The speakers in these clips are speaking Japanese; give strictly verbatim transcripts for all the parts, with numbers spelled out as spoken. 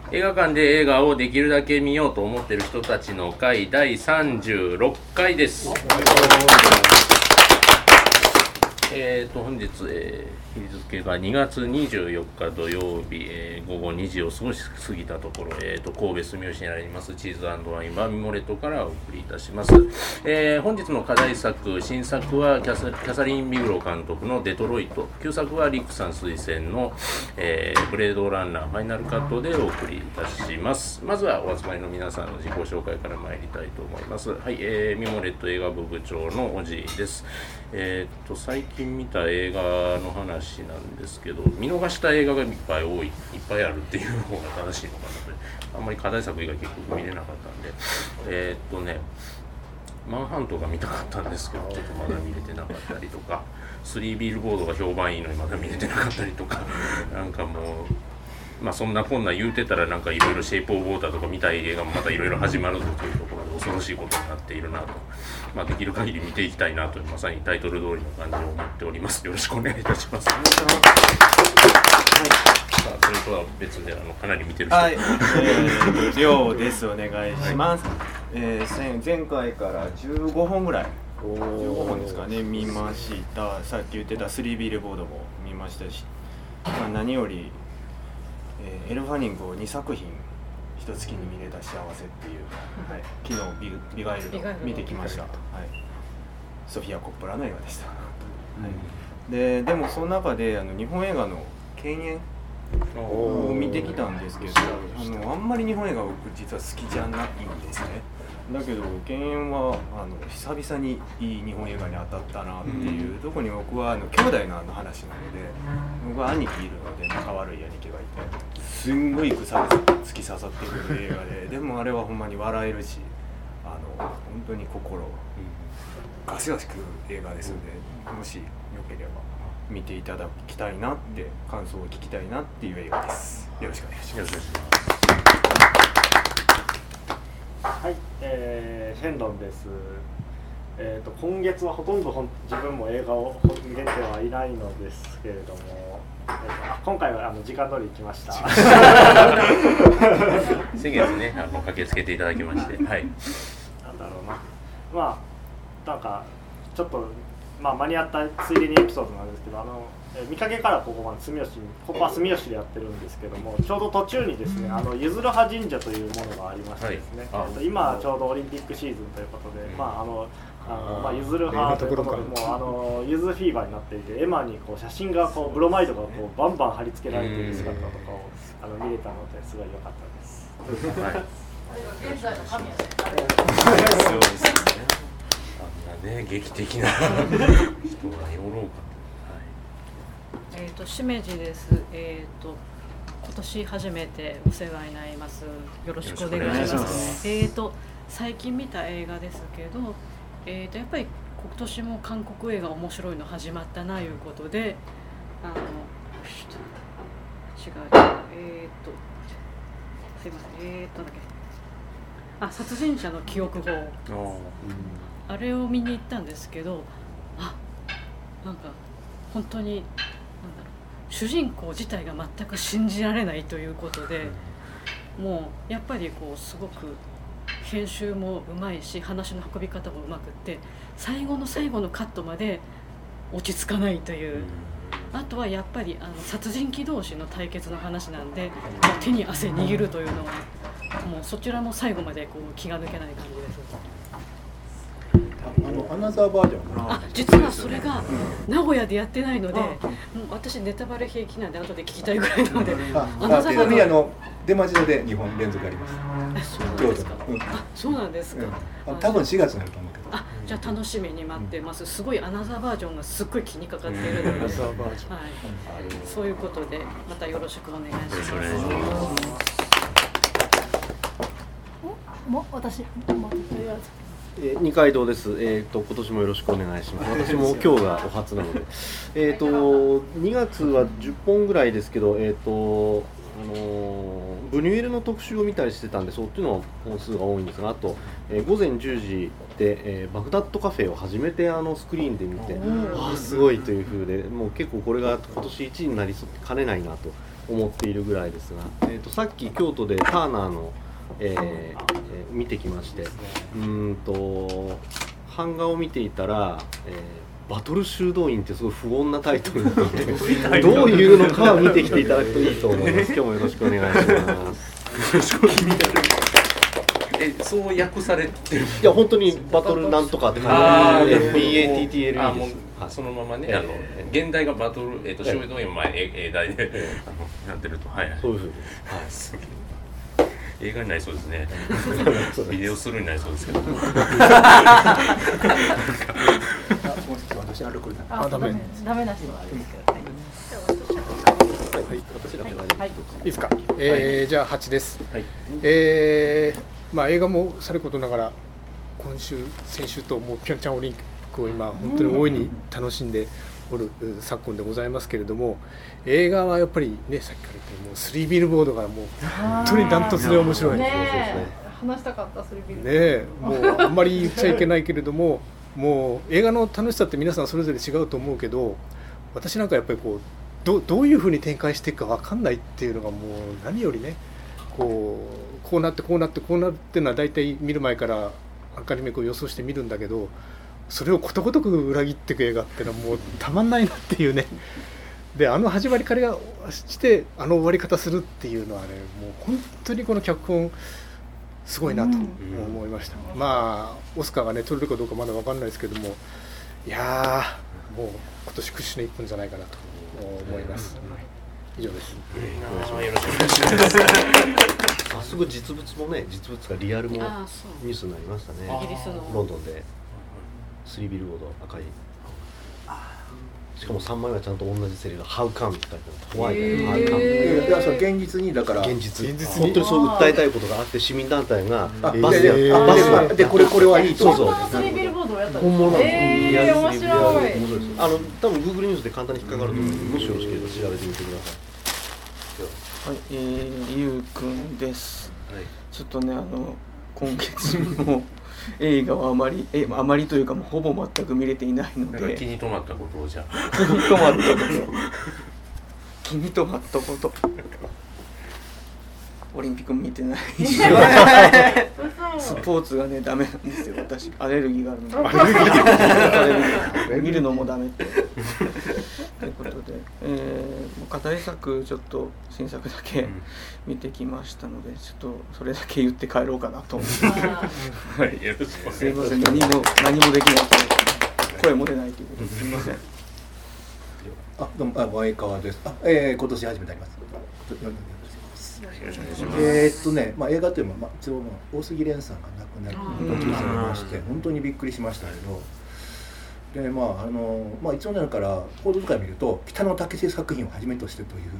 映画館で映画をできるだけ見ようと思っている人たちの会だいさんじゅうろっかいです。えーと本日、えー、日付がにがつにじゅうよっか土曜日、えー、ごごにじを過ごし過ぎたところ、えーと神戸住吉にありますチーズ&ワインバーミモレットからお送りいたします。えー、本日の課題作、新作はキャサ、キャサリン・ビグロ監督のデトロイト、旧作はリックさん推薦の、えー、ブレードランナーファイナルカットでお送りいたします。まずはお集まりの皆さんの自己紹介から参りたいと思います。はい、えー、ミモレット映画部部長のおじいです。えー、と最近見た映画の話なんですけど、見逃した映画がいっぱい多い、いっぱいあるっていう方が正しいのかなと。あんまり課題作以外結局見れなかったんで、えっ、ー、とねマンハントが見たかったんですけど、ちょっとまだ見れてなかったりとか、スリービルボードが評判いいのにまだ見れてなかったりとか、なんかもうまあそんなこんな言うてたら、なんかいろいろシェイプオブウォーターとか見たい映画もまたいろいろ始まるぞというところで恐ろしいことになっているなと、まあ、できる限り見ていきたいなという、まさにタイトル通りの感じを思っております。よろしくお願いいたします。はい、さあそれとは別であのかなり見てる人、はい、えー、りょうです。お願いします。はい、えー、前回からじゅうごほんぐらいじゅうごほんですかね見ました。さっき言ってたスリービルボードも見ましたし、まあ、何より、えー、エル・ファニングをにさくひん一月に見れた幸せっていう、はい、昨日 ビ, ビガイルド見てきました。はい、ソフィア・コッポラの映画でした。はい、で, でもその中であの日本映画の犬猿を見てきたんですけど、あのあんまり日本映画僕実は好きじゃないんですね。だけど犬猿はあの久々にいい日本映画に当たったなっていう、うん、特に僕はあの兄弟のあの話なので、僕は兄貴いるので仲悪い兄貴がいてすんごい腐れ突き刺さってくる映画ででもあれはほんまに笑えるし、あの本当に心ガシガシくる映画ですので、もしよければ見ていただきたいなって、感想を聞きたいなっていう映画です。よろしくお願いします。 はい、えー、シェンロンです。えーと、今月はほとんど自分も映画を見れてはいないのですけれども、えーと、今回はあの時間通り行きました。 先月ね、あの駆けつけていただきまして、はい。 なんだろうな、まあなんかちょっとまあ間に合ったついでにエピソードなんですけど、あの見かけからここまで住吉、ここは住吉でやってるんですけども、ちょうど途中にですね、あのゆずるは神社というものがありましてですね、はい、今ちょうどオリンピックシーズンということで、まああのあのまあゆずる派ということで、もうあのゆずフィーバーになっていて、エマにこう写真がこうブロマイドがこうバンバン貼り付けられている姿とかをあの見れたのですごい良かったです。はい。現在の神谷そうですね。あんなね劇的な人がよろうかと。 えーと、しめじです。えーと、今年初めてお世話になります。よろしくお願いします。えーと、最近見た映画ですけど、えーと、やっぱり今年も韓国映画面白いの始まったないうことで、あの、違う、えーと、すいません、えーと、なんだっけ、あ、殺人者の記憶法、あれを見に行ったんですけど、あ、なんか本当に主人公自体が全く信じられないということで、もうやっぱりこうすごく編集もうまいし、話の運び方もうまくって、最後の最後のカットまで落ち着かないという。あとはやっぱりあの殺人鬼同士の対決の話なんで、手に汗握るというのはもうそちらも最後までこう気が抜けない感じです。 あのアナザーバージョン、 あ、実はそれが名古屋でやってないので、もう私ネタバレ平気なんで後で聞きたいぐらいなので、 あアナザーバージョン、あの出町田でにほん連続あります。 え、そうなんですか。うん、あ、そうなんですか。 うん、多分しがつになると思うけど。 あ、じゃあ楽しみに待ってます。すごいアナザーバージョンがすっごい気にかかっているので、アナザーバージョン、はい、そういうことでまたよろしくお願いします。 も私もえー、二階堂です、えーと。今年もよろしくお願いします。私も今日がお初なので、えーとにがつはじゅっぽんぐらいですけど、えーとあのー、ブニュエルの特集を見たりしてたんで、そっちの本数が多いんですが、あと、えー、午前じゅうじて、えー、バグダッドカフェを初めてあのスクリーンで見て、ああすごいという風で、もう結構これが今年いちいになりかねないなと思っているぐらいですが、えー、とさっき京都でターナーの、えーえー、見てきまして、うーんと版画を見ていたら、えー、バトル修道院ってすごい不穏なタイトルなのでどういうのかを見てきていただくといいと思います。今日もよろしくお願いします。よろしくお願いします。 え、そう訳されてる。 いや本当にバトルなんとかって感じで エフビーエーティーティーエルイー です。 はい、そのままね、えー、あの現代がバトル、えっ、ー、と修道院前英大で、えー、あのなってると、はいはい。 そういうふうに、 はい、すげえ映画になりそうですね。ビデオスルーになりそうですけど。 私アルコールあ、ダメダメな人はあれですけど。はい、 私らはい、いいですか。えーはい、 じゃあはちです。 はい、 えー、まあ映画もさることながら今週先週ともうピョンチャンオリンピックを今本当に大いに楽しんでおる昨今でございますけれども、映画はやっぱりね、さっきから言ったもうスリービルボードがもう本当にダントツで面白い。 ねえ、話したかったスリービルボード。 ねえ、もうあんまり言っちゃいけないけれども、もう映画の楽しさって皆さんそれぞれ違うと思うけど、私なんかやっぱりこうど, どういうふうに展開していくか分かんないっていうのがもう何よりね、こうこうなってこうなってこうなるっていうのは大体見る前からあかりめこう予想して見るんだけど、それをことごとく裏切っていく映画っていうのはもうたまんないなっていうね。であの始まりからしてあの終わり方するっていうのはね、もう本当にこの脚本すごいなと思いました、うん、まあオスカーがね取れるかどうかまだ分かんないですけども、いやーもう今年屈指の一本じゃないかなと思います。以上です。 お願いします。よろしくお願いします。 早速実物もね、実物がリアルもニュースになりましたね。 イギリスのロンドンでスリービルボード赤い。しかもさんまいはちゃんと同じセリフがハウカンって書いてある。怖いね。ハウカン。 いやそれ現実にだから現実。現実本当にそう訴えたいことがあって市民団体がバスででバスでこれこれはいいと。 そうそう。 スリービルボードをやった。 本物なんです。 えー、面白い。 面白いです。あの多分 Google ニュースで簡単に引っかかると思うので、もしよろしければ調べてみてください。 はい、えー、ゆうくんです。 はい。 ちょっとね、あの今月も映画はあまりえあまりというかもうほぼ全く見れていないので、 気に留まったことをじゃあ気に留まったこと気に留まったことオリンピックも見てないしスポーツがねダメなんですよ。私アレルギーがあるのでアレルギー見るのもダメってということで、えー、語り作ちょっと新作だけ見てきましたので、ちょっとそれだけ言って帰ろうかなと思ってはい、よろしくお願いします。 すいません、何も何もできない声も出ないということですいません。 あ、どうも、あ、前川です。あ、えー、今年初めてになります。 よろしくお願いします。 えー、っとね、まあ映画というのは、まあ、一応大杉蓮さんが亡くなる途中されまして、本当にびっくりしましたけど。でまああのまあ、一応だから報道とか見ると北野武作品をはじめとしてという、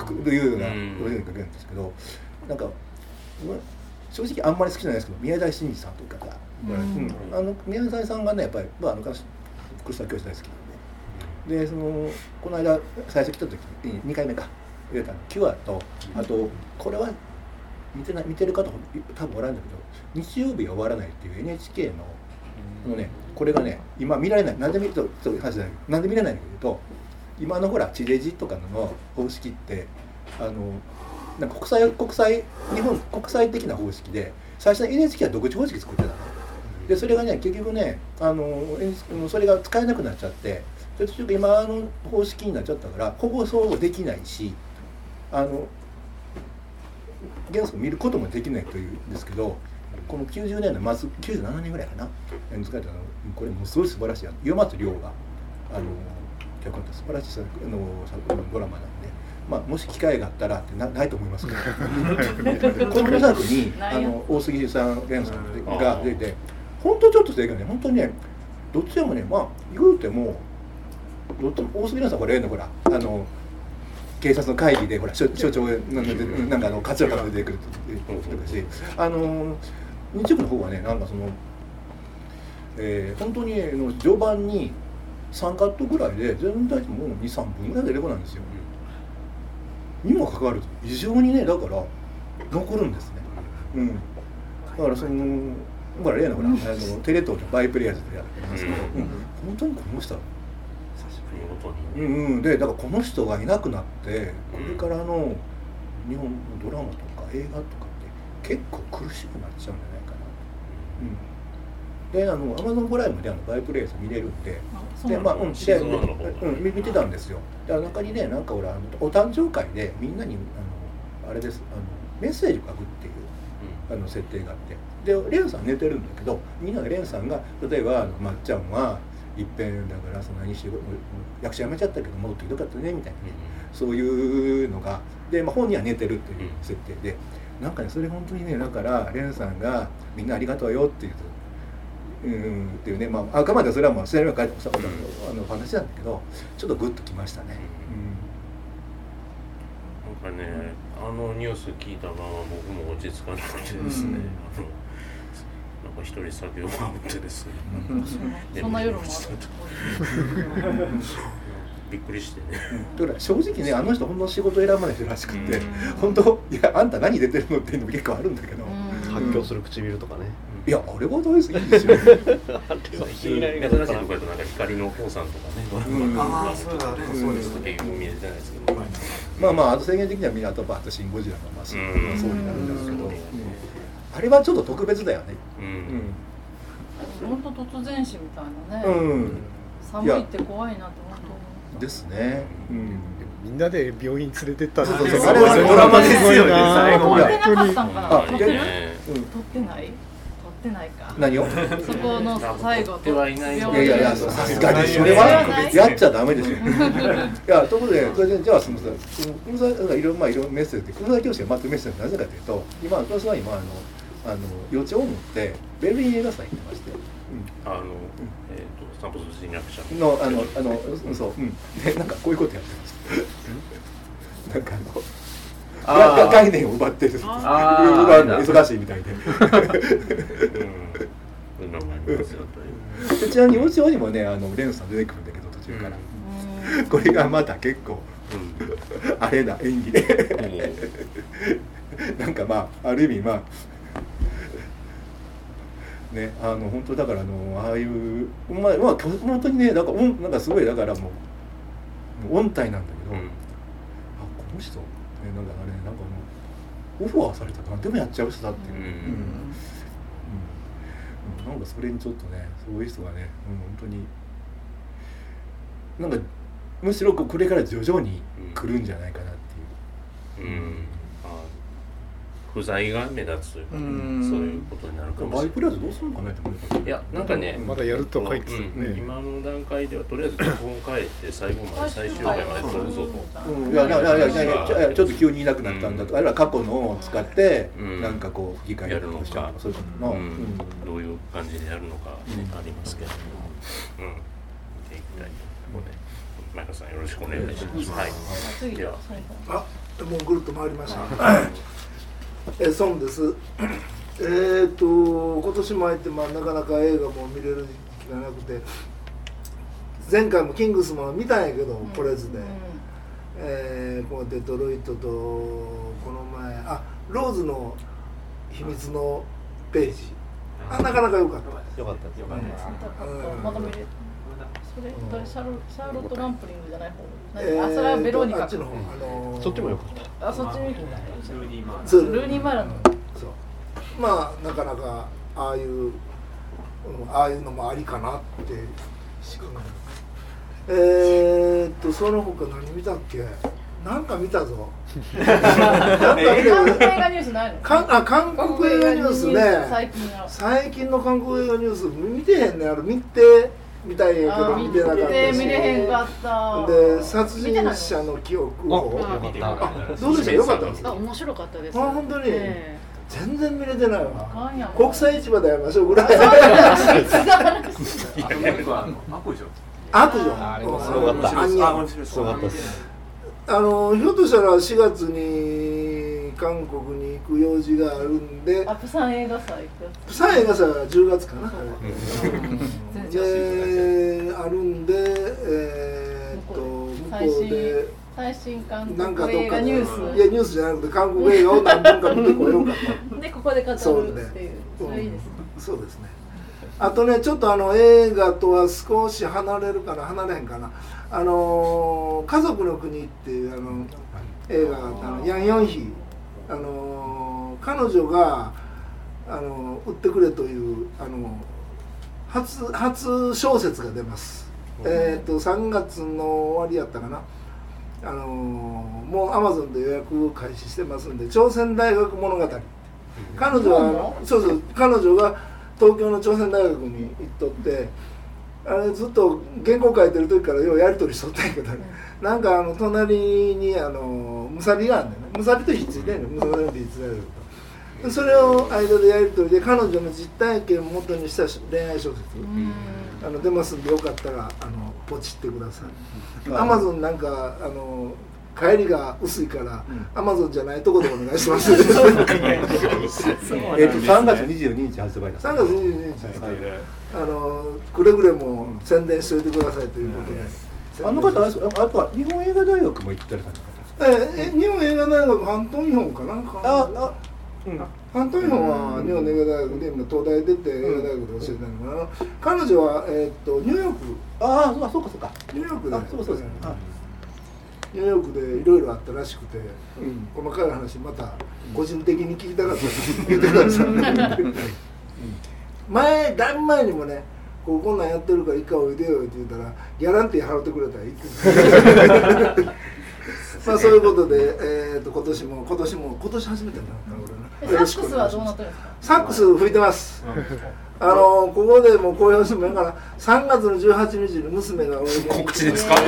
うん、というような表現が書けるんですけど、なんか正直あんまり好きじゃないですけど宮台真司さんという方が、うんうん、あの宮台さんがねやっぱり、まあ、あの黒沢教授大好きなんで、でそのこの間最初来た時ににかいめか入れたのキュアと、あとこれは見てない見てる方多分おらんだけど日曜日は終わらないっていう エヌエイチケー のあのね、これがね今見られない。なんで見るとちょっと話じゃないけど、なんで見れないのかというと、今のほら地デジとかの方式ってあのなんか国際国際日本国際的な方式で、最初の エヌエイチケー は独自方式作ってたので、それがね結局ねあのそれが使えなくなっちゃって、結局今の方式になっちゃったから放送できないし、あの原則見ることもできないというんですけど、このきゅうじゅうねんだい末きゅうじゅうななねんぐらいかな使えたの、これもうすごい素晴らしい岩松亮があの脚本って素晴らしいあのドラマなんで、まあ、もし機会があったらって な, ないと思いますけどこの作にあの大杉さん蓮さんが出て、本当ちょっとした映画ね、本当にねどっちでもね、まあ言うてもどっちも大杉蓮さんこれ例のほらあの警察の会議でほら所長なんかあのカツラから出てくるとかし、あの日曜日の方はねなんかその、えー、本当にの序盤にさんカットぐらいで全体でもうにさんぷんぐらいで出てこないんですよ。にもかかわらず異常にねだから残るんですね。うん。だからそのほら例のほらあのテレ東のバイプレイヤーズでやってますけど、うんうん、本当にこの人はうんうん、でだからこの人がいなくなってこれからの日本のドラマとか映画とかって結構苦しくなっちゃうんじゃないかな、うん、であのアマゾンプライムであのバイプレイヤーズ見れるんで、でまあうんで、うん、見てたんですよ。で中にねなんか俺あのお誕生会でみんなにあのあれですあのメッセージを書くっていうあの設定があって、でレンさん寝てるんだけどみんながレンさんが例えばあのまっちゃんは一遍だからその何し役者辞めちゃったけど戻ってきてよかったねみたいなね、そういうのがで、まあ、本人は寝てるっていう設定で、なんかねそれ本当にねだからレンさんがみんなありがとうよっていううんっていうね、まああくまでそれはもうシナリオが書いてたあの話なんだけどちょっとグッときましたね、 うん、なんかねあのニュース聞いたまま僕も落ち着かなくてですね、うん、あのなんか一人酒を守ってですね、 うん、そんな夜もあるびっくりしてね、 だから正直ねあの人本当仕事選ばない人らしくて、本当いやあんた何出てるのっていうのも結構あるんだけど、 発狂する唇とかね、 いやあれは大好きですよね。 珍しいところだとなんか光の父さんとかね、うん、 ああそうだね、そうですね、見えてないですけど、 まあまああと制限的にはみんなとバーッとシン・ゴジラのまあそうになるんですけど、あれはちょっと特別だよね。 本当突然死みたいなね、 うん、 寒いって怖いなと思ってですね、うん、 みんなで病院連れてったって、 そうそうそう、あれはドラマですよね。 最後まで撮ってなかったんかな。撮ってる？ うん、 撮ってない？撮ってないか。 何を？ そこの最後。撮ってはいない。いやいやいや、さすがにそれはやっちゃダメですよ。いや、ところで、それでじゃあそのさ、その黒沢がいろいろまあいろいろメッセージで黒沢教師が待ってるメッセージなぜかというと、今黒沢は今あのあの予兆を持ってベルリン映画祭に行ってまして。 あの、えっと散歩する人略者のあのあのそう、うん、でなんかこういうことやってました。なんかあの概念を奪ってる、忙しいみたいで。ちなみに幼稚園にもねあのレンさん出てくるんだけど途中から、これがまた結構あれな演技で、なんかまあある意味まあ。ね、あの本当だからあのああいうまあまあ本当にねだからなんかすごいだからもう音体なんだけど、うん、あこの人、ね、なんかあれなんかもうオファーされたら何でもやっちゃう人だっていう、うんうんうん、なんかそれにちょっとねそういう人がね、うん、本当になんかむしろこれから徐々に来るんじゃないかなっていう。うんうん不在が目立つというか、うん、そういうことになるかもしれない。 バイプレイヤーズどうするのかねって思います。 いやなんかね、 まだやると書いてるね、 うん。今の段階ではとりあえず脚本を変えて最後まで最終回まで撮るぞと。 うん、いやいやいやいやいやちょっと急にいなくなったんだとか、あるいは過去のを使ってなんかこう議会やるのか、 そういうの、 うん、どういう感じでやるのか、ねうん、ありますけど、うん、見ていきたいと思うので、前川さんよろしくお願いします。はい。 次はあ、もうぐるっと回りました。えそうです。えーと今年も入って、まあ、なかなか映画も見れる時期がなくて、前回もキングスマン見たんやけど、うん、来れずで、うんえー、このデトロイトとこの前あローズの秘密のページ、あなかなか良かったです。 良かったです。良かったです。 まだ見れる。それどれシャーロシャーロットランプリングじゃない方。えー、あそれはベロニカ。 あっちの方、あのー、 そっちも良かった。 あそっち見てない。 ルーニーマーラ。 そうルーニーマーラの。 そう。まあなかなかああいう、うん、ああいうのもありかなってしかない。えーっとその他何見たっけ？なんか見たぞ。 韓国映画ニュースないの？ かあ韓国映画ニュースね。 最近の最近の韓国映画ニュース見てへんね。あれ見てみたいやけど見てなかったし。 見れへんかった。 で殺人者の記憶を。 あ、 どうでした？よかったです。 あ、面白かったです。 あ、本当に。 えー全然見れてないわ。国際市場でやりましょうぐらい。悪女。 あれもすごかった。すごかったです。 あのひょっとしたらしがつに韓国に行く用事があるんで。 あ、プサン映画祭。 プサン映画祭はじゅうがつかな。で、あるんで、えー、っと向こうで最新韓なんか国映画どっかでニュースいやニュースじゃなくて韓国映画を何本か見てこようかとでここで語るっていうそそうねれいいですね、 うん、そうですね。あとねちょっとあの映画とは少し離れるかな離れへんかなあのー「家族の国」っていうあの映画があったのヤン・ヨンヒあのー彼女があの売ってくれというあの初初小説が出ます、うん、えっとさんがつの終わりやったかなあのもうアマゾンで予約開始してますんで朝鮮大学物語彼女はそうそう彼女が東京の朝鮮大学に行っとってあれずっと原稿書いてる時からようやり取りしとったんやけどね、うん、なんかあの隣にあのむさびがあんねんねむさびとひっついてんねんむさびとひっついてるとそれを間でやり取りで彼女の実体験を元にした恋愛小説、うん、あの出ますんでよかったらあのポチってください。アマゾンなんかあの帰りが薄いからアマゾンじゃないところでお願いします。えっとさんがつにじゅうににち発売だ。 さんがつにじゅうににちです。あのくれぐれも宣伝しておいてくださいということで。 あの方あとは日本映画大学も行ってたりかな。え日本映画大学ハントン日本かな。ああ。ハントン日本は日本映画大学で今東大出て映画大学で教えてるのかな。彼女はえっとニューヨーク。 ああそうかそうか。 ニューヨークで。 そうそうですね。 ニューヨークでいろいろあったらしくて、うん、細かい話また個人的に聞きたかったら言ってください。前だいぶ前にもねこうこんなんやってるから一回おいでよって言ったらギャランティー払ってくれたら行く。まあそういうことで、えー、と今年も今年も今年初めてになった俺ね。サックスはどうなってるんですか？ サックス吹いてます。あのここでもう公表してもいいからさんがつのじゅうはちにちに娘がおいで告知ですか？ で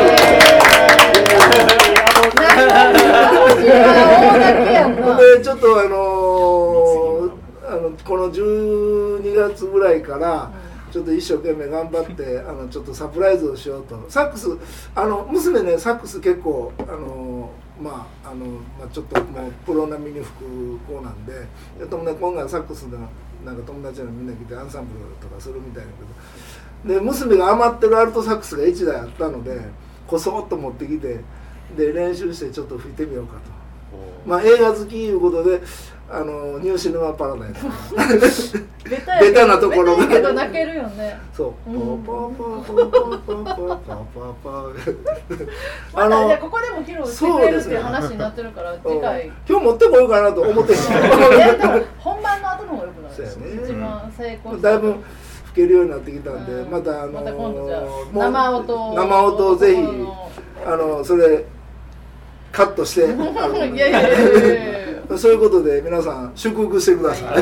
ちょっとあのー、あのこのじゅうにがつぐらいからちょっと一生懸命頑張ってあのちょっとサプライズをしようとサックスあの娘ねサックス結構あのまああの、まあ、ちょっともうプロ並みに吹く子なんで友達今回サックスのなんか友達のみんな来てアンサンブルとかするみたいだけどで娘が余ってるアルトサックスがいちだいあったのでこそっと持ってきてで練習してちょっと吹いてみようかとまあ映画好きいうことであのニューシネマパラダイスベタなところがベタやけど泣けるよねそう、うん、パパパパパパパパあのじゃあここでも披露してくれるっていう話になってるから次回今日持ってこようかなと思ってる本番の後の方がよくないですか一番成功だいぶ吹けるようになってきたんで、うん、またあのまた今度じゃあ生音生音をぜひあのそれカットしていやいやいやいやそういうことで皆さん祝福してください、はい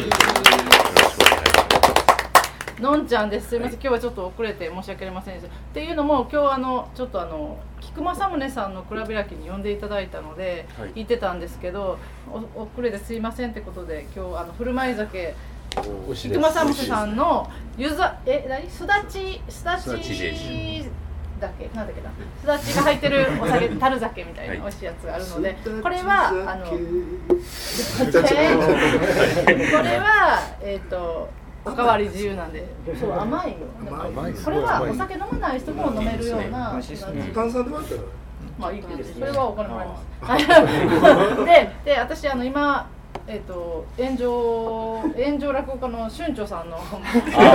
のんちゃんです。すみません、今日はちょっと遅れて申し訳ありませんでした。っていうのも今日あのちょっとあの菊正宗さんの蔵開きに呼んでいただいたので、はい、言ってたんですけど遅れてすいませんってことで今日あの振る舞い酒菊正宗さんのゆざえ何すだちすだちだけなんだっけなすだちが入ってるお酒樽酒みたいな美味しいやつがあるので、はい、これはあのこれはえっ、ー、とおかわり自由なんで、そう甘いよ。甘いこれはお酒飲まない人も飲めるような。 炭酸でもあったら。 まあいいです。それはお金もらいます。で、で私あの今えっ、ー、と炎上炎上落語家の春長さんの炎上落語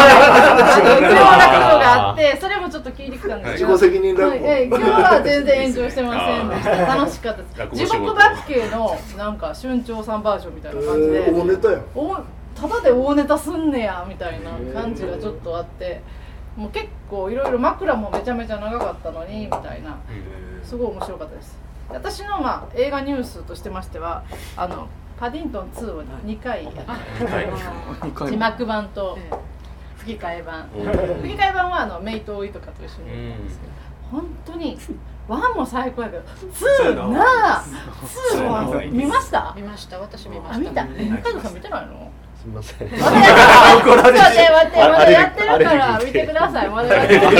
があって、それもちょっと聞いてきたんですけど。 自己責任落語。 はい、今日は全然炎上してませんでした。楽しかったです。地獄バッケのなんか春長さんバージョンみたいな感じで。 大ネタや。 ただで大ネタすんねやみたいな感じがちょっとあってもう結構いろいろ枕もめちゃめちゃ長かったのにみたいなすごい面白かったです。私のまあ映画ニュースとしてましてはあのパディントンツーをにかいやって字幕版と吹き替え版吹き替え版はあのメイトオイとかと一緒にやったんですけど本当にワンも最高やけどツーなあツーは見ました？ 見ました私見ました。 あ見た？中野さん見てないの？ すみません。 怒られて。待って待ってまだやってるから見てください。まだやってるから。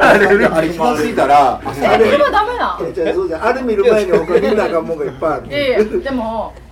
あれあれ気がついたら。 あれ今ダメな。 そうじゃあれ見る前に他になんかもんがいっぱいある。 いやいやでも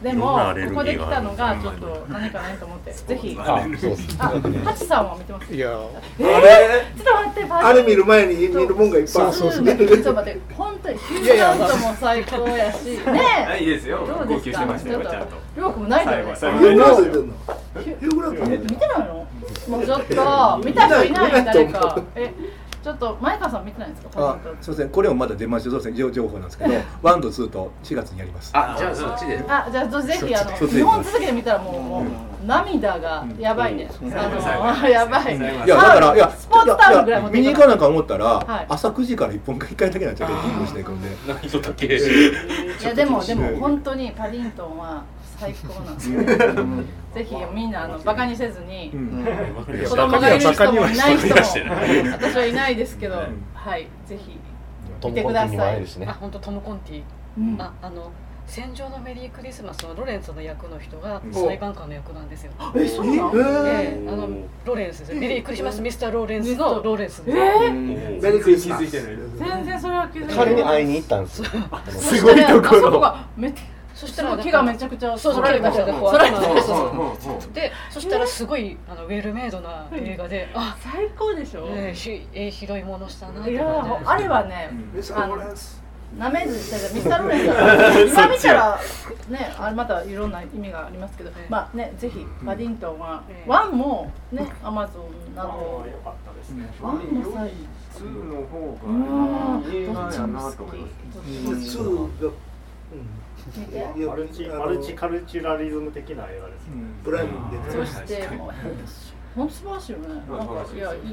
でもここで来たのがちょっと何かないと思って、ぜひ。あ、そうです。あ、ハチさんは見てます。 いや、 えー、ちょっと待って、 あれ見る前に見るもんがいっぱい。 そうそうそう。ちょっと待って、本当にヒューガントも最高やし、ね。 いいですよ。 どうですか。ちょっとりょうくんもないだよね。 ヒューガント出てんの。ヒューガント見てないの？もうちょっと見た人いない誰か。え。ちょっと前川さん見てないんですか？ あ、すみません、これもまだ出まして、そうですね、情報なんですけど、ワンとツーとしがつにやります。 あ、じゃあそっちで。 あ、じゃあぜひあの日本続きで見たらもうもう涙がやばいね。あのやばい。いやだからいやスポーツタオルぐらい見に行かなか思ったら朝くじからいっぽんかいっかいだけなんちゃうけど緊張していくんで。 何そだけ。 いやでもでも本当にパディントンは最高なんですよ。ぜひみんなあのバカにせずに、子供がいる人もいない人も私はいないですけど、はい、ぜひ見てください。 あ、本当トム・コンティ、あ、あの戦場のメリークリスマスのロレンスの役の人が裁判官の役なんですよ。 え、そうなの？ ええ、あのロレンスですよ。メリークリスマスミスターローレンスのローレンス。 えー、メリークリスマス。 全然それは気づいてない。 彼に会いに行ったんですよ。 すごいところ。そしたら木がめちゃくちゃそうそう、 取られたで取られたで、そしたらすごいあのウェルメイドな映画で、あ、 最高でしょ。 ええ、広いものしたな。 いや、あれはね、あのなめずしてミスターローレンスだ。今見たらね、あれまたいろんな意味がありますけど、まあね、ぜひパディントンはワンもね、アマゾンなど良かったですね。 ワンもさ、 ツーの方が映画やなと思います。 ツーがマルチマルチカルチュラリズム的な映画ですね。 プライムで。 そしてもう本当素晴らしいよね。なんかいやいいと思います。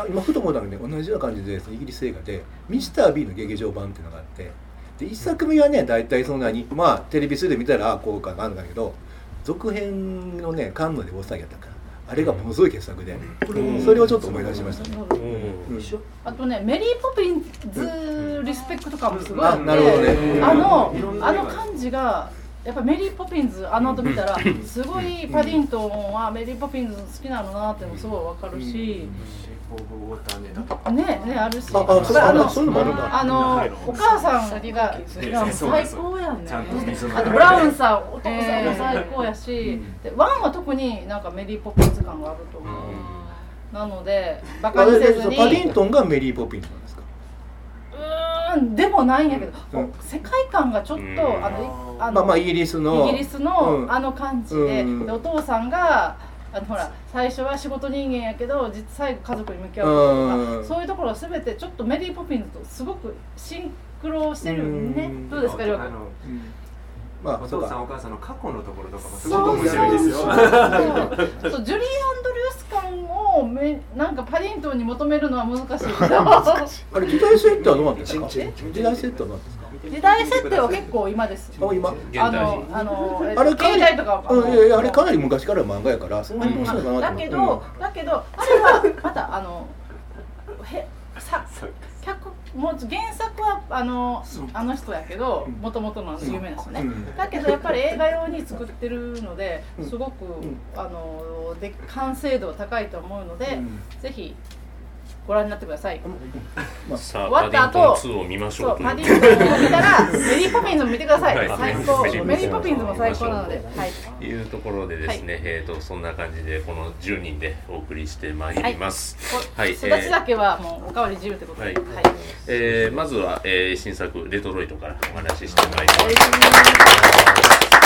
今ふと思ったので同じような感じでイギリス映画でミスター ビー の劇場版っていうのがあって、でいっさくめはね大体そんなにまあテレビ数で見たらこうかなんだけど、続編のねカンヌで大騒ぎやったからあれがものすごい傑作で、それをちょっと思い出しましたね。 あとねメリーポピンズリスペクト感もすごいあって、 なるほどね。 あのあの感じがやっぱメリーポピンズあの後見たらすごいパディントンはメリーポピンズ好きなのなってもすごいわかるし。ねねあるし、 ああそうあそういうのもあるんだ。 あのお母さんが最高やんね。あとブラウンさんお父さんも最高やし、でワンは特になんかメリーポピンズ感があると思う。なのでバカにせずに。 パディントンがメリーポピンズなんですか。 うーんでもないんやけど、世界観がちょっとあのあのまあまあイギリスのイギリスのあの感じで、でお父さんがあのほら最初は仕事人間やけど実最後家族に向き合うとかそういうところは全てちょっとメリー・ポピンズとすごくシンクロしてるね。どうですか、りょうくん。 まあ、お父さんお母さんの過去のところとかもすごく面白いですよ。 そうジュリー・アンドリュース感をめなんかパディントンに求めるのは難しいけどあれ時代設定はどうなんですか。時代設定はどうなんですか。 時代設定は結構今です。 あ今あのあのあれ携帯とかあいやいやあれかなり昔から漫画やからそんなに面白いかなと思って。 だけどだけどあれはまたあのへさ脚もう原作はあのあの人やけどもともとの有名な人ね。だけどやっぱり映画用に作ってるのですごくあので完成度高いと思うのでぜひ。ご覧になってください。 さあ、パディントンツーを見ましょう。 パディントンを見たらメリーポピンズも見てください。最高。メリーポピンズも最高なので。はい。 いうところでですね、えっとそんな感じでこのじゅうにんでお送りしてまいります。 はい。育ちだけはもうおかわり自由ってことで。はい。 えまずは新作レトロイトからお話ししてまいります。